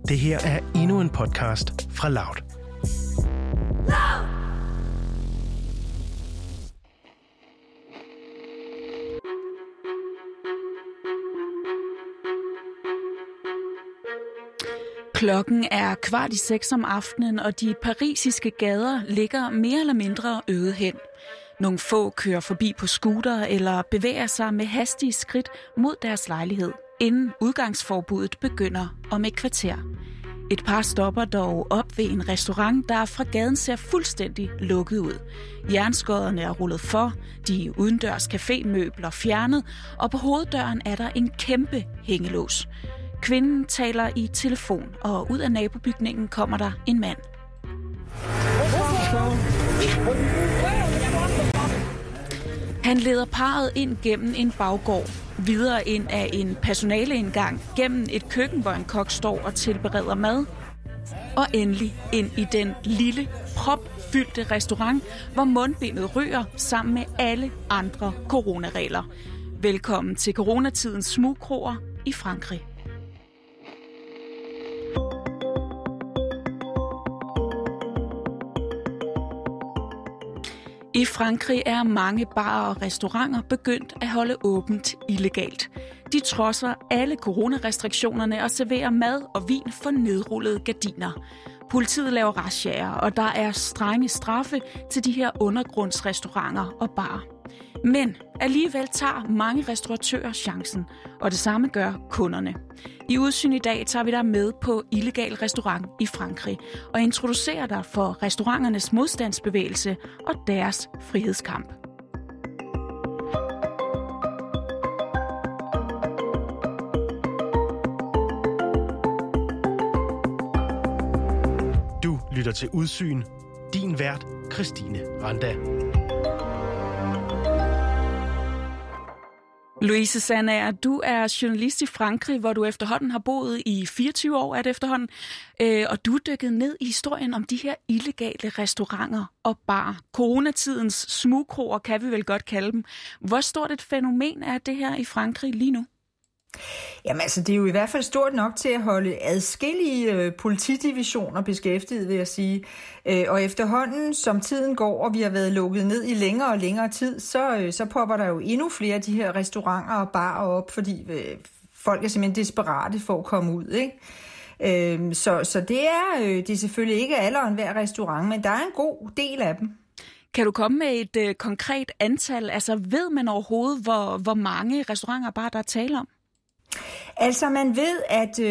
Det her er endnu en podcast fra Loud. Klokken er 5:15 om aftenen, og de parisiske gader ligger mere eller mindre øde hen. Nogle få kører forbi på scooter eller bevæger sig med hastige skridt mod deres lejlighed, inden udgangsforbuddet begynder om et kvarter. Et par stopper dog op ved en restaurant, der fra gaden ser fuldstændig lukket ud. Jernskodderne er rullet for, de udendørs cafémøbler fjernet, og på hoveddøren er der en kæmpe hængelås. Kvinden taler i telefon, og ud af nabobygningen kommer der en mand. Han leder parret ind gennem en baggård, videre ind af en personaleindgang, gennem et køkken, hvor en kok står og tilbereder mad, og endelig ind i den lille, propfyldte restaurant, hvor mundbindet ryger sammen med alle andre coronaregler. Velkommen til coronatidens smugkroer i Frankrig. I Frankrig er mange barer og restauranter begyndt at holde åbent illegalt. De trodser alle coronarestriktionerne og serverer mad og vin for nedrullede gardiner. Politiet laver razziaer, og der er strenge straffe til de her undergrundsrestauranter og barer. Men alligevel tager mange restauratører chancen, og det samme gør kunderne. I Udsyn i dag tager vi dig med på illegal restaurant i Frankrig og introducerer dig for restauranternes modstandsbevægelse og deres frihedskamp. Du lytter til Udsyn. Din vært, Christine Randa. Louise Sandager, du er journalist i Frankrig, hvor du efterhånden har boet i 24 år, er det efterhånden, og du er dykket ned i historien om de her illegale restauranter og barer. Coronatidens smugkroer kan vi vel godt kalde dem. Hvor stort et fænomen er det her i Frankrig lige nu? Jamen altså, det er jo i hvert fald stort nok til at holde adskillige politidivisioner beskæftiget, vil jeg sige. Og efterhånden, som tiden går, og vi har været lukket ned i længere og længere tid, så popper der jo endnu flere af de her restauranter og barer op, fordi folk er simpelthen desperate for at komme ud, ikke? Så det er selvfølgelig ikke alle og enhver restaurant, men der er en god del af dem. Kan du komme med et konkret antal? Altså ved man overhovedet, hvor mange restauranter og barer der er tale om? Altså man ved,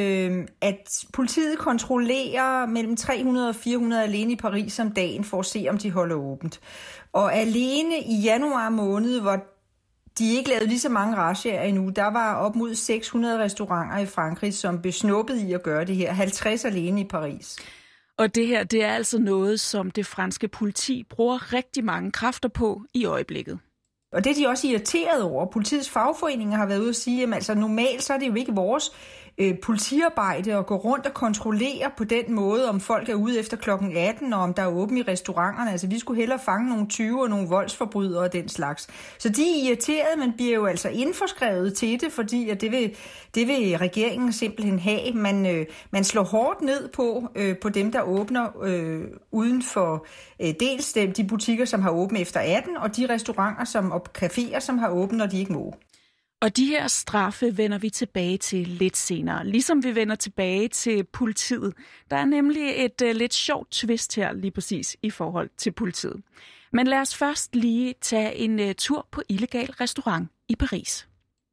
at politiet kontrollerer mellem 300 og 400 alene i Paris om dagen for at se, om de holder åbent. Og alene i januar måned, hvor de ikke lavede lige så mange razziaer endnu, der var op mod 600 restauranter i Frankrig, som blev snuppet i at gøre det her. 50 alene i Paris. Og det her, det er altså noget, som det franske politi bruger rigtig mange kræfter på i øjeblikket. Og det er de også irriteret over. Politiets fagforeninger har været ude at sige, at altså, normalt så er det jo ikke vores politiarbejde at gå rundt og kontrollere på den måde, om folk er ude efter klokken 18, og om der er åbent i restauranterne. Altså vi skulle hellere fange nogle 20 og nogle voldsforbrydere og den slags. Så de er irriteret, men bliver jo altså indforskrevet til det, fordi at det vil regeringen simpelthen have. Man slår hårdt ned på dem, der åbner uden for dels de butikker, som har åbent efter 18, og de restauranter og caféer, som har åbent, når de ikke må. Og de her straffe vender vi tilbage til lidt senere, ligesom vi vender tilbage til politiet. Der er nemlig et lidt sjovt twist her lige præcis i forhold til politiet. Men lad os først lige tage en tur på illegal restaurant i Paris.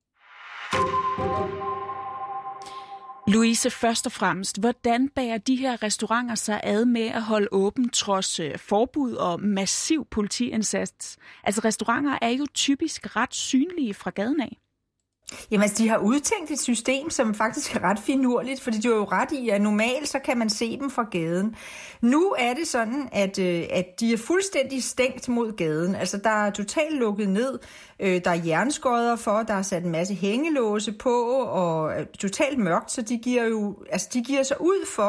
Louise, først og fremmest, hvordan bærer de her restauranter sig ad med at holde åben trods forbud og massiv politiindsats? Altså restauranter er jo typisk ret synlige fra gaden af. Jamen altså, de har udtænkt et system, som faktisk er ret finurligt, fordi du er jo ret i, at normalt så kan man se dem fra gaden. Nu er det sådan, at de er fuldstændig stængt mod gaden. Altså, der er totalt lukket ned. Der er jernskodder for, der er sat en masse hængelåse på, og totalt mørkt, så de giver sig ud for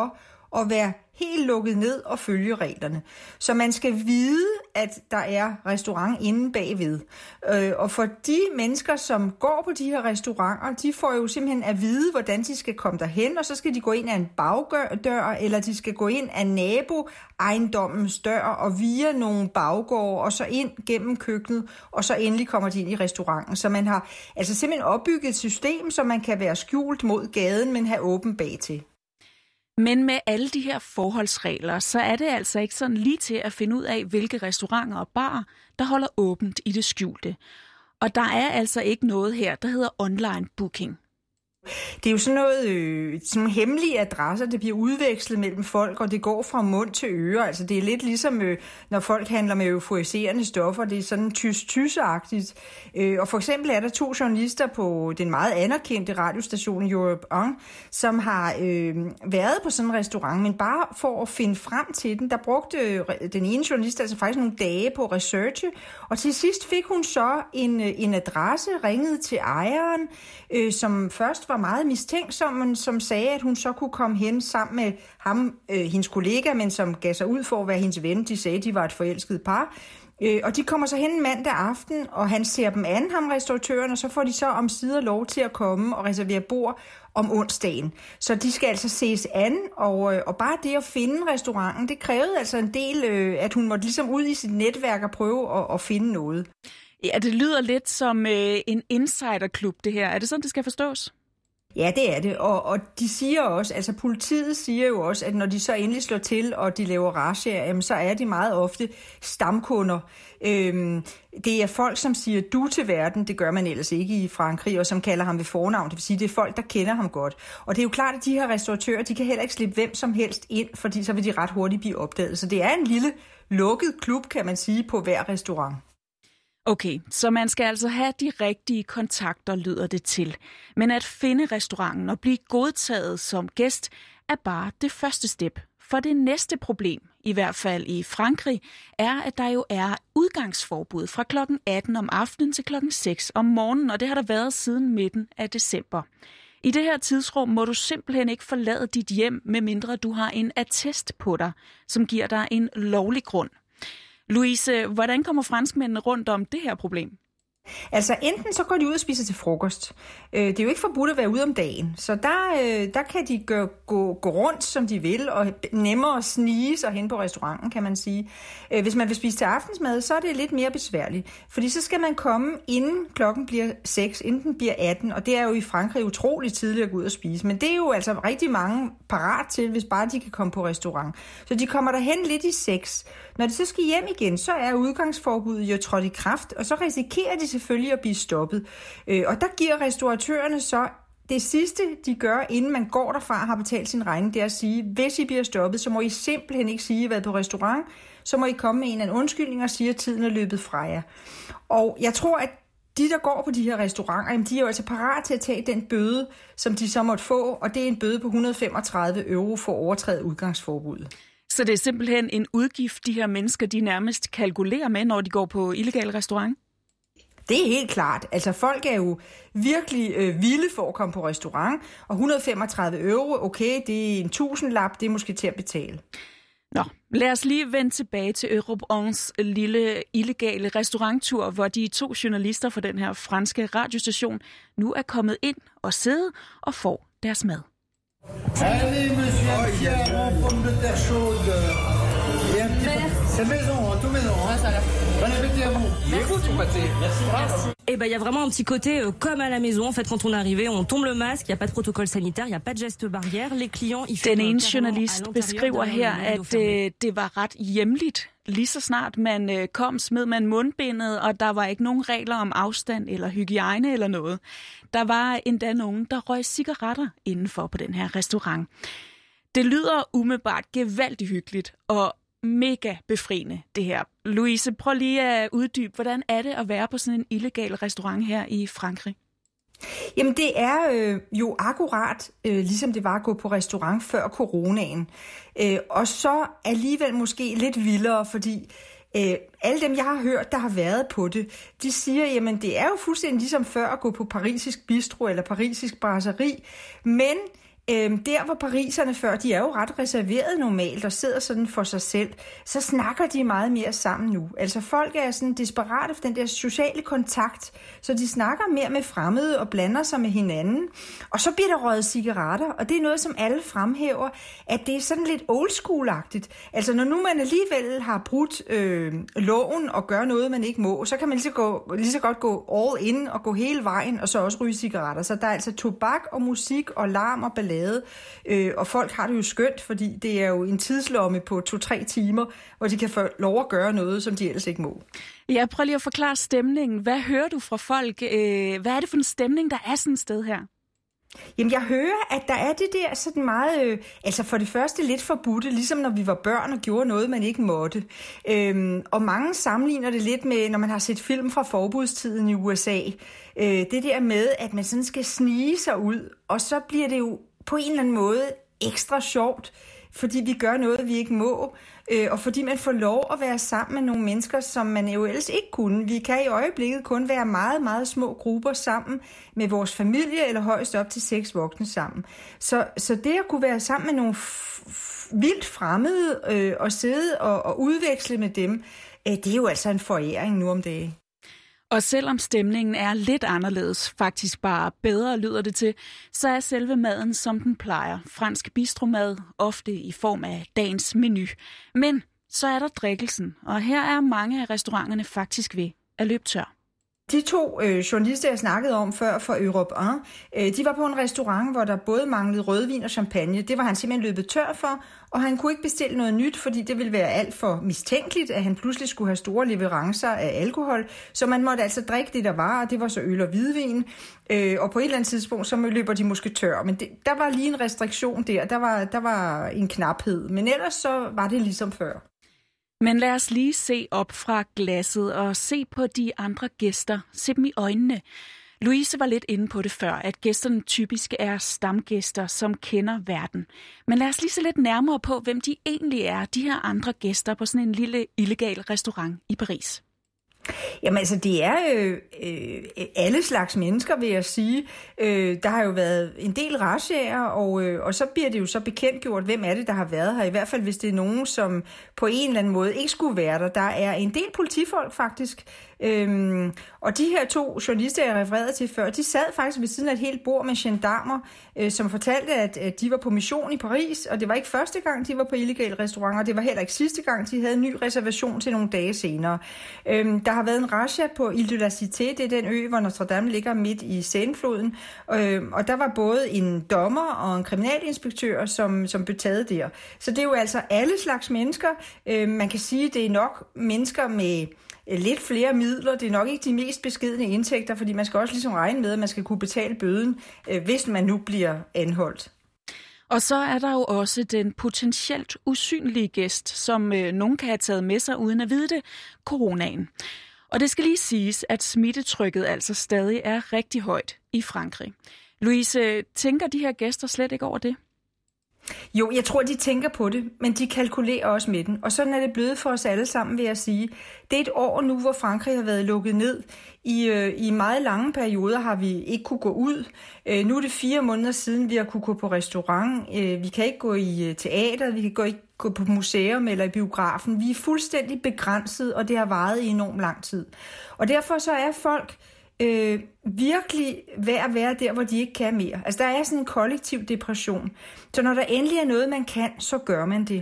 at være helt lukket ned og følge reglerne. Så man skal vide, at der er restaurant inde bagved. Og for de mennesker, som går på de her restauranter, de får jo simpelthen at vide, hvordan de skal komme derhen, og så skal de gå ind ad en bagdør, eller de skal gå ind af naboejendommens dør og via nogle baggårde, og så ind gennem køkkenet, og så endelig kommer de ind i restauranten. Så man har altså simpelthen opbygget et system, så man kan være skjult mod gaden, men have åben bag til. Men med alle de her forholdsregler, så er det altså ikke sådan lige til at finde ud af, hvilke restauranter og barer, der holder åbent i det skjulte. Og der er altså ikke noget her, der hedder online booking. Det er jo sådan noget, sådan hemmelige adresser, det bliver udvekslet mellem folk, og det går fra mund til øre. Altså det er lidt ligesom, når folk handler med euforiserende stoffer, det er sådan tys-tys-agtigt. Og for eksempel er der 2 journalister på den meget anerkendte radiostation Europe On, som har været på sådan en restaurant, men bare for at finde frem til den, der brugte den ene journalist altså faktisk nogle dage på researche, og til sidst fik hun så en adresse, ringede til ejeren, som først var meget mistænksom, som sagde, at hun så kunne komme hen sammen med ham, hendes kollega, men som gav sig ud for at være hendes ven. De sagde, at de var et forelsket par. Og de kommer så hen mandag aften, og han ser dem an, ham restauratøren, og så får de så omsider lov til at komme og reservere bord om onsdagen. Så de skal altså ses an, og bare det at finde restauranten, det krævede altså en del, at hun måtte ligesom ud i sit netværk og prøve at finde noget. Ja, det lyder lidt som en insiderklub, det her. Er det sådan, det skal forstås? Ja, det er det, og de siger også, altså politiet siger jo også, at når de så endelig slår til, og de laver razziaer, så er de meget ofte stamkunder. Det er folk, som siger du til verden, det gør man ellers ikke i Frankrig, og som kalder ham ved fornavn, det vil sige, det er folk, der kender ham godt. Og det er jo klart, at de her restauratører, de kan heller ikke slippe hvem som helst ind, fordi så vil de ret hurtigt blive opdaget. Så det er en lille lukket klub, kan man sige, på hver restaurant. Okay, så man skal altså have de rigtige kontakter, lyder det til. Men at finde restauranten og blive godtaget som gæst er bare det første step. For det næste problem, i hvert fald i Frankrig, er, at der jo er udgangsforbud fra kl. 18 om aftenen til kl. 6 om morgenen, og det har der været siden midten af december. I det her tidsrum må du simpelthen ikke forlade dit hjem, medmindre du har en attest på dig, som giver dig en lovlig grund. Louise, hvordan kommer franskmændene rundt om det her problem? Altså enten så går de ud og spiser til frokost. Det er jo ikke forbudt at være ude om dagen, så der kan de gå rundt, som de vil, og nemmere snige sig hen på restauranten, kan man sige. Hvis man vil spise til aftensmad, så er det lidt mere besværligt, fordi så skal man komme, inden klokken bliver 6, inden den bliver 18, og det er jo i Frankrig utroligt tidligt at gå ud og spise, men det er jo altså rigtig mange parat til, hvis bare de kan komme på restaurant. Så de kommer derhen lidt i 6. Når de så skal hjem igen, så er udgangsforbuddet jo trådt i kraft, og så risikerer de selvfølgelig at blive stoppet. Og der giver restauratørerne så det sidste, de gør, inden man går derfra og har betalt sin regning, det er at sige, hvis I bliver stoppet, så må I simpelthen ikke sige, at I har været på restaurant, så må I komme med en eller anden undskyldning og sige, at tiden er løbet fra jer. Og jeg tror, at de, der går på de her restauranter, jamen, de er jo altså parat til at tage den bøde, som de så måtte få, og det er en bøde på 135 euro for at overtræde udgangsforbuddet. Så det er simpelthen en udgift, de her mennesker, de nærmest kalkulerer med, når de går på illegal restaurant? Det er helt klart. Altså folk er jo virkelig vilde for at komme på restaurant, og 135 euro, okay, det er en 1000-lap, det er måske til at betale. Nå, lad os lige vende tilbage til Europe Ons lille illegale restauranttur, hvor de 2 journalister fra den her franske radiostation nu er kommet ind og sidde og får deres mad. Allez, monsieur, il y a une pomme de terre chaude. Et un petit peu. C'est maison, tout maison. Bon appétit à vous. Il est beau ton pâté. Merci. Et ben il y a vraiment un petit côté comme à la maison. En fait, quand on est arrivé, on tombe le masque. Il y a pas de protocole sanitaire, il y a pas de geste barrière. Les clients, ils font. Den ene journalist beskriver her, at det var ret hjemligt. Lige så snart man kom, smed man mundbindet, og der var ikke nogen regler om afstand eller hygiejne eller noget. Der var endda nogen, der røg cigaretter indenfor på den her restaurant. Det lyder umiddelbart gevaldigt hyggeligt og mega befriende, det her. Louise, prøv lige at uddybe, hvordan er det at være på sådan en illegal restaurant her i Frankrig? Jamen det er jo akkurat ligesom det var at gå på restaurant før coronaen. Og så alligevel måske lidt vildere, fordi alle dem, jeg har hørt, der har været på det, de siger, jamen det er jo fuldstændig ligesom før at gå på parisisk bistro eller parisisk brasserie, men der hvor pariserne før, de er jo ret reserveret normalt og sidder sådan for sig selv, så snakker de meget mere sammen nu. Altså folk er sådan desperate for den der sociale kontakt, så de snakker mere med fremmede og blander sig med hinanden. Og så bliver der røget cigaretter, og det er noget, som alle fremhæver, at det er sådan lidt old school-agtigt. Altså når nu man alligevel har brudt loven og gør noget, man ikke må, så kan man lige så godt gå all in og gå hele vejen, og så også ryge cigaretter. Så der er altså tobak og musik og larm og ballade. Og folk har det jo skønt, fordi det er jo en tidslomme på 2-3 timer, hvor de kan få lov at gøre noget, som de ellers ikke må. Ja, prøv lige at forklare stemningen. Hvad hører du fra folk? Hvad er det for en stemning, der er sådan et sted her? Jamen, jeg hører, at der er det der sådan meget, altså for det første lidt forbudte, ligesom når vi var børn og gjorde noget, man ikke måtte. Og mange sammenligner det lidt med, når man har set film fra forbudstiden i USA. Det der med, at man sådan skal snige sig ud, og så bliver det jo på en eller anden måde ekstra sjovt, fordi vi gør noget, vi ikke må, og fordi man får lov at være sammen med nogle mennesker, som man jo ellers ikke kunne. Vi kan i øjeblikket kun være meget, meget små grupper sammen med vores familie, eller højst op til 6 voksne sammen. Så det at kunne være sammen med nogle vildt fremmede og sidde og udveksle med dem, det er jo altså en foræring nu om dagen. Og selvom stemningen er lidt anderledes, faktisk bare bedre lyder det til, så er selve maden, som den plejer. Fransk bistromad, ofte i form af dagens menu. Men så er der drikkelsen, og her er mange af restauranterne faktisk ved at løbe tør. De 2 journalister, jeg snakkede om før fra Europe 1, de var på en restaurant, hvor der både manglede rødvin og champagne. Det var han simpelthen løbet tør for, og han kunne ikke bestille noget nyt, fordi det ville være alt for mistænkeligt, at han pludselig skulle have store leverancer af alkohol. Så man måtte altså drikke det, der var, og det var så øl og hvidvin. Og på et eller andet tidspunkt, så løber de måske tør. Men der var lige en restriktion der. Der var en knaphed. Men ellers så var det ligesom før. Men lad os lige se op fra glasset og se på de andre gæster. Se dem i øjnene. Louise var lidt inde på det før, at gæsterne typisk er stamgæster, som kender verden. Men lad os lige se lidt nærmere på, hvem de egentlig er, de her andre gæster på sådan en lille illegal restaurant i Paris. Jamen altså, det er alle slags mennesker, vil jeg sige. Der har jo været en del razziaer, og så bliver det jo så bekendtgjort, hvem er det, der har været her. I hvert fald, hvis det er nogen, som på en eller anden måde ikke skulle være der. Der er en del politifolk faktisk. Og de her 2 journalister, jeg refererede til før, de sad faktisk ved siden af et helt bord med gendarmer, som fortalte, at de var på mission i Paris, og det var ikke første gang, de var på illegale restauranter, det var heller ikke sidste gang, de havde en ny reservation til nogle dage senere. Der har været en razzia på Ile de la Cité, det er den ø, hvor Notre Dame ligger midt i Seinefloden, og der var både en dommer og en kriminalinspektør, som blev taget der. Så det er jo altså alle slags mennesker. Man kan sige, det er nok mennesker med lidt flere midler. Det er nok ikke de mest beskedne indtægter, fordi man skal også ligesom regne med, at man skal kunne betale bøden, hvis man nu bliver anholdt. Og så er der jo også den potentielt usynlige gæst, som nogen kan have taget med sig uden at vide det, coronaen. Og det skal lige siges, at smittetrykket altså stadig er rigtig højt i Frankrig. Louise, tænker de her gæster slet ikke over det? Jo, jeg tror, de tænker på det, men de kalkulerer også med den. Og sådan er det blevet for os alle sammen, vil jeg sige. Det er et år nu, hvor Frankrig har været lukket ned. I meget lange perioder har vi ikke kunne gå ud. Nu er det 4 måneder siden, vi har kunne gå på restaurant. Vi kan ikke gå i teater, vi kan ikke gå på museum eller i biografen. Vi er fuldstændig begrænset, og det har varet i enormt lang tid. Og derfor så er folk virkelig værd at være der, hvor de ikke kan mere. Altså, der er sådan en kollektiv depression. Så når der endelig er noget, man kan, så gør man det.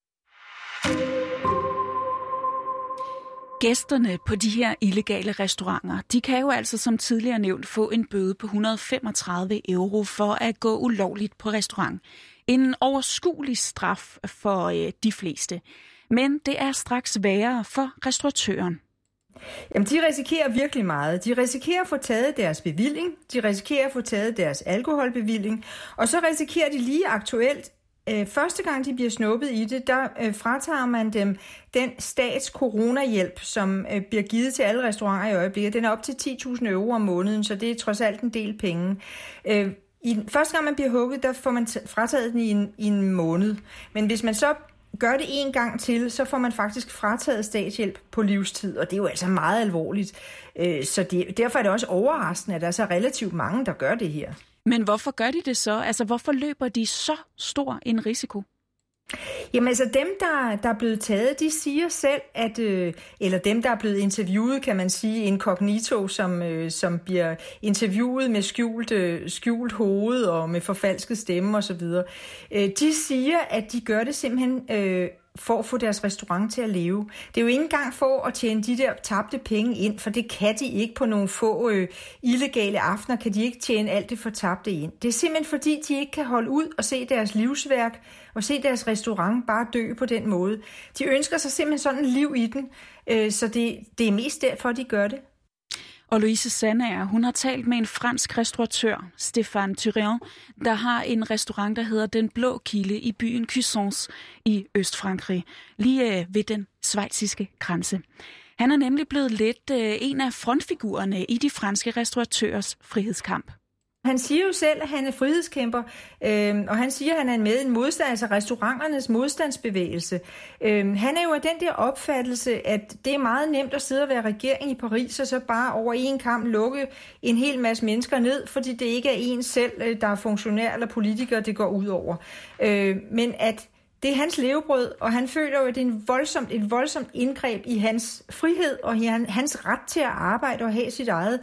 Gæsterne på de her illegale restauranter, de kan jo altså som tidligere nævnt få en bøde på 135 euro for at gå ulovligt på restaurant. En overskuelig straf for de fleste. Men det er straks værre for restauratøren. Jamen, de risikerer virkelig meget. De risikerer at få taget deres bevilling, de risikerer at få taget deres alkoholbevilling, og så risikerer de lige aktuelt, første gang de bliver snuppet i det, der fratager man dem den stats coronahjælp, som bliver givet til alle restauranter i øjeblikket. Den er op til 10.000 euro om måneden, så det er trods alt en del penge. Første gang man bliver hugget, der får man frataget den i en måned. Men hvis man så gør det en gang til, så får man faktisk frataget statshjælp på livstid, og det er jo altså meget alvorligt. Så derfor er det også overraskende, at der er så relativt mange, der gør det her. Men hvorfor gør de det så? Altså, hvorfor løber de så stor en risiko? Jamen altså dem, der er blevet taget, de siger selv, at, eller dem, der er blevet interviewet, kan man sige, incognito, som bliver interviewet med skjult hoved og med forfalsket stemme osv., de siger, at de gør det simpelthen for at få deres restaurant til at leve. Det er jo ikke engang for at tjene de der tabte penge ind, for det kan de ikke på nogle få illegale aftener, kan de ikke tjene alt det fortabte ind. Det er simpelthen fordi, de ikke kan holde ud og se deres livsværk og se deres restaurant bare dø på den måde. De ønsker sig simpelthen sådan et liv i den, så det er mest derfor, de gør det. Og Louise Sandager, hun har talt med en fransk restauratør, Stéphane Thurian, der har en restaurant, der hedder Den Blå Kilde i byen Cuisance i Østfrankrig, lige ved den schweiziske grænse. Han er nemlig blevet lidt en af frontfigurerne i de franske restauratørers frihedskamp. Han siger jo selv, at han er frihedskæmper, og han siger, at han er med i en modstand, altså restauranternes modstandsbevægelse. Han er jo af den der opfattelse, at det er meget nemt at sidde og være regering i Paris, og så bare over en kamp lukke en hel masse mennesker ned, fordi det ikke er en selv, der er funktionær eller politiker, det går ud over. Men at det er hans levebrød, og han føler jo, at det er et voldsomt indgreb i hans frihed og i hans ret til at arbejde og have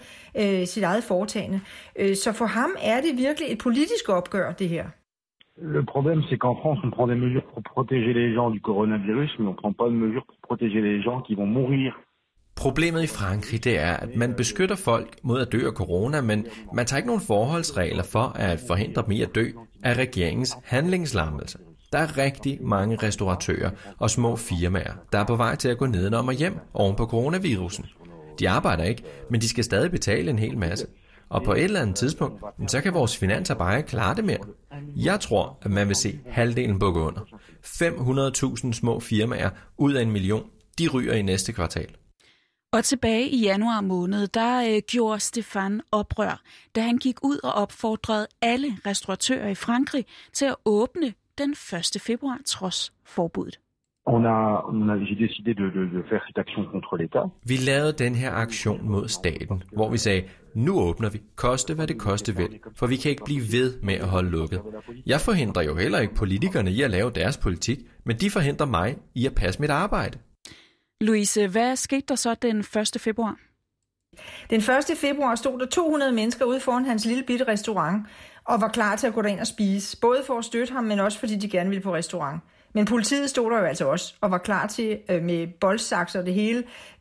sit eget foretagende. Så for ham er det virkelig et politisk opgør, det her. Le problème, c'est qu'en France, on prend des mesures pour protéger les gens du coronavirus, mais on prend pas de mesures pour protéger les gens qui vont mourir. Problemet i Frankrig, det er, at man beskytter folk mod at dø af corona, men man tager ikke nogen forholdsregler for at forhindre dem i at dø af regeringens handlingslammelse. Der er rigtig mange restauratører og små firmaer, der er på vej til at gå nedenom og hjem oven på coronavirusen. De arbejder ikke, men de skal stadig betale en hel masse. Og på et eller andet tidspunkt, så kan vores finanser bare ikke klare det mere. Jeg tror, at man vil se halvdelen bukke under. 500.000 små firmaer ud af 1 million, de ryger i næste kvartal. Og tilbage i januar måned, der gjorde Stéphane oprør, da han gik ud og opfordrede alle restauratører i Frankrig til at åbne den 1. februar trods forbuddet. J'ai décidé de faire cette action contre l'État. Vi lavede den her aktion mod staten, hvor vi sagde, nu åbner vi, koste hvad det koste vil, for vi kan ikke blive ved med at holde lukket. Jeg forhindrer jo heller ikke politikerne i at lave deres politik, men de forhindrer mig i at passe mit arbejde. Louise, hvad skete der så den 1. februar? Den 1. februar stod der 200 mennesker ude foran hans lille bitte restaurant og var klar til at gå derind og spise. Både for at støtte ham, men også fordi de gerne ville på restaurant. Men politiet stod der jo altså også og var klar til med boldsakser og det hele,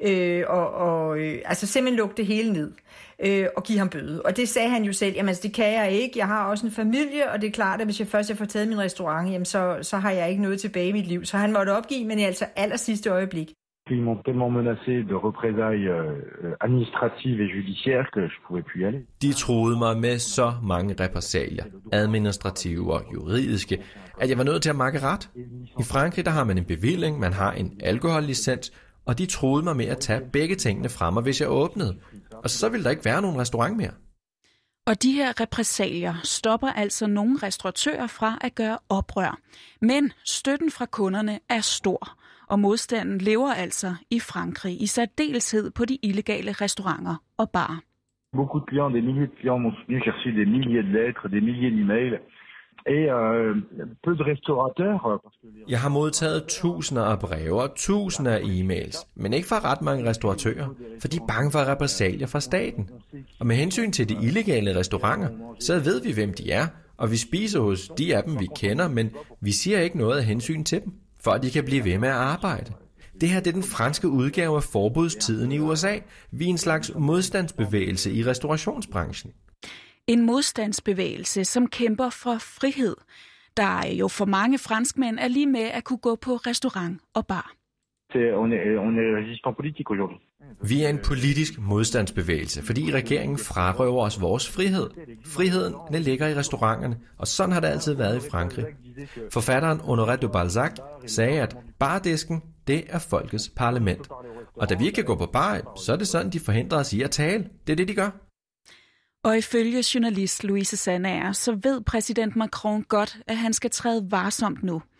altså simpelthen lukke det hele ned og give ham bøde. Og det sagde han jo selv, jamen det kan jeg ikke, jeg har også en familie, og det er klart, at hvis jeg først får taget min restaurant, jamen så har jeg ikke noget tilbage i mit liv. Så han måtte opgive, men altså aller sidste øjeblik. Ils m'ont tellement menacé de représailles administratives et judiciaires que je pouvais plus y aller. De troede mig med så mange repressalier, administrative og juridiske, at jeg var nødt til at makke ret. I Frankrig der har man en bevilling, man har en alkohollicens, og de troede mig med at tage begge tingene fra mig, hvis jeg åbnede. Og så ville der ikke være nogen restaurant mere. Og de her repressalier stopper altså nogle restauratører fra at gøre oprør. Men støtten fra kunderne er stor. Og modstanden lever altså i Frankrig, i særdeleshed på de illegale restauranter og barer. Beaucoup de clients, des milliers de clients m'ont soutenu, j'ai reçu des milliers de lettres, des milliers d'emails. Et peu de restaurateurs. Jeg har modtaget tusinder af breve og tusinder af e-mails, men ikke fra ret mange restauratører, for de er bange for repressalier fra staten. Og med hensyn til de illegale restauranter, så ved vi, hvem de er, og vi spiser hos de af dem, vi kender, men vi siger ikke noget af hensyn til dem, for at de kan blive ved med at arbejde. Det her det er den franske udgave af forbudstiden i USA. Vi er en slags modstandsbevægelse i restaurationsbranchen. En modstandsbevægelse, som kæmper for frihed, der jo for mange franskmænd er lige med at kunne gå på restaurant og bar. On est résistant politique aujourd'hui. Vi er en politisk modstandsbevægelse, fordi regeringen frarøver os vores frihed. Friheden den ligger i restauranterne, og sådan har det altid været i Frankrig. Forfatteren Honoré de Balzac sagde, at bardisken, det er folkets parlament. Og da vi ikke kan gå på bar, så er det sådan, de forhindrer os i at tale. Det er det, de gør. Og ifølge journalist Louise Sandager, så ved præsident Macron godt, at han skal træde varsomt nu.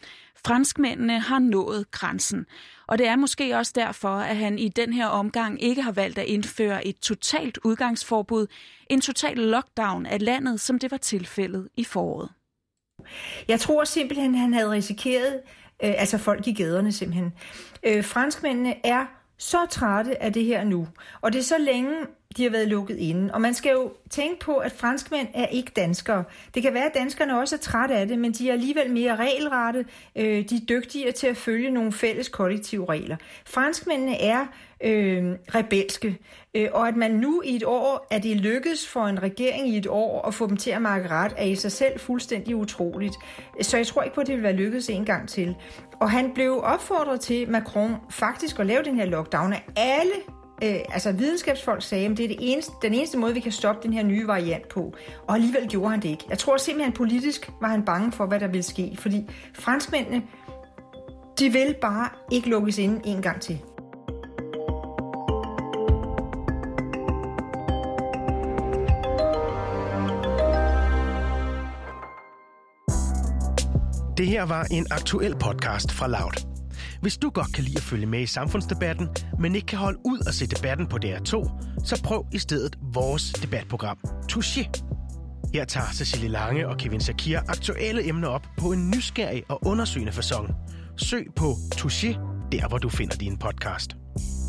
Franskmændene har nået grænsen, og det er måske også derfor, at han i den her omgang ikke har valgt at indføre et totalt udgangsforbud, en total lockdown af landet, som det var tilfældet i foråret. Jeg tror simpelthen, han havde risikeret, altså folk i gaderne simpelthen. Franskmændene er så trætte af det her nu, og det er så længe, de har været lukket inde. Og man skal jo tænke på, at franskmænd er ikke danskere. Det kan være, at danskerne også er trætte af det, men de er alligevel mere regelrette. De er dygtigere til at følge nogle fælles kollektive regler. Franskmændene er rebelske, og at man nu i et år, at det lykkes for en regering i et år at få dem til at makke ret, er i sig selv fuldstændig utroligt. Så jeg tror ikke på, at det vil være lykkedes en gang til. Og han blev opfordret til Macron faktisk at lave den her lockdown af alle. Altså videnskabsfolk sagde, at det er den eneste måde, vi kan stoppe den her nye variant på. Og alligevel gjorde han det ikke. Jeg tror simpelthen politisk var han bange for, hvad der ville ske. Fordi franskmændene, de vil bare ikke lukkes ind en gang til. Det her var en aktuel podcast fra Loud. Hvis du godt kan lide at følge med i samfundsdebatten, men ikke kan holde ud at se debatten på DR2, så prøv i stedet vores debatprogram, Touché. Her tager Cecilie Lange og Kevin Shakir aktuelle emner op på en nysgerrig og undersøgende facon. Søg på Touché, der hvor du finder din podcast.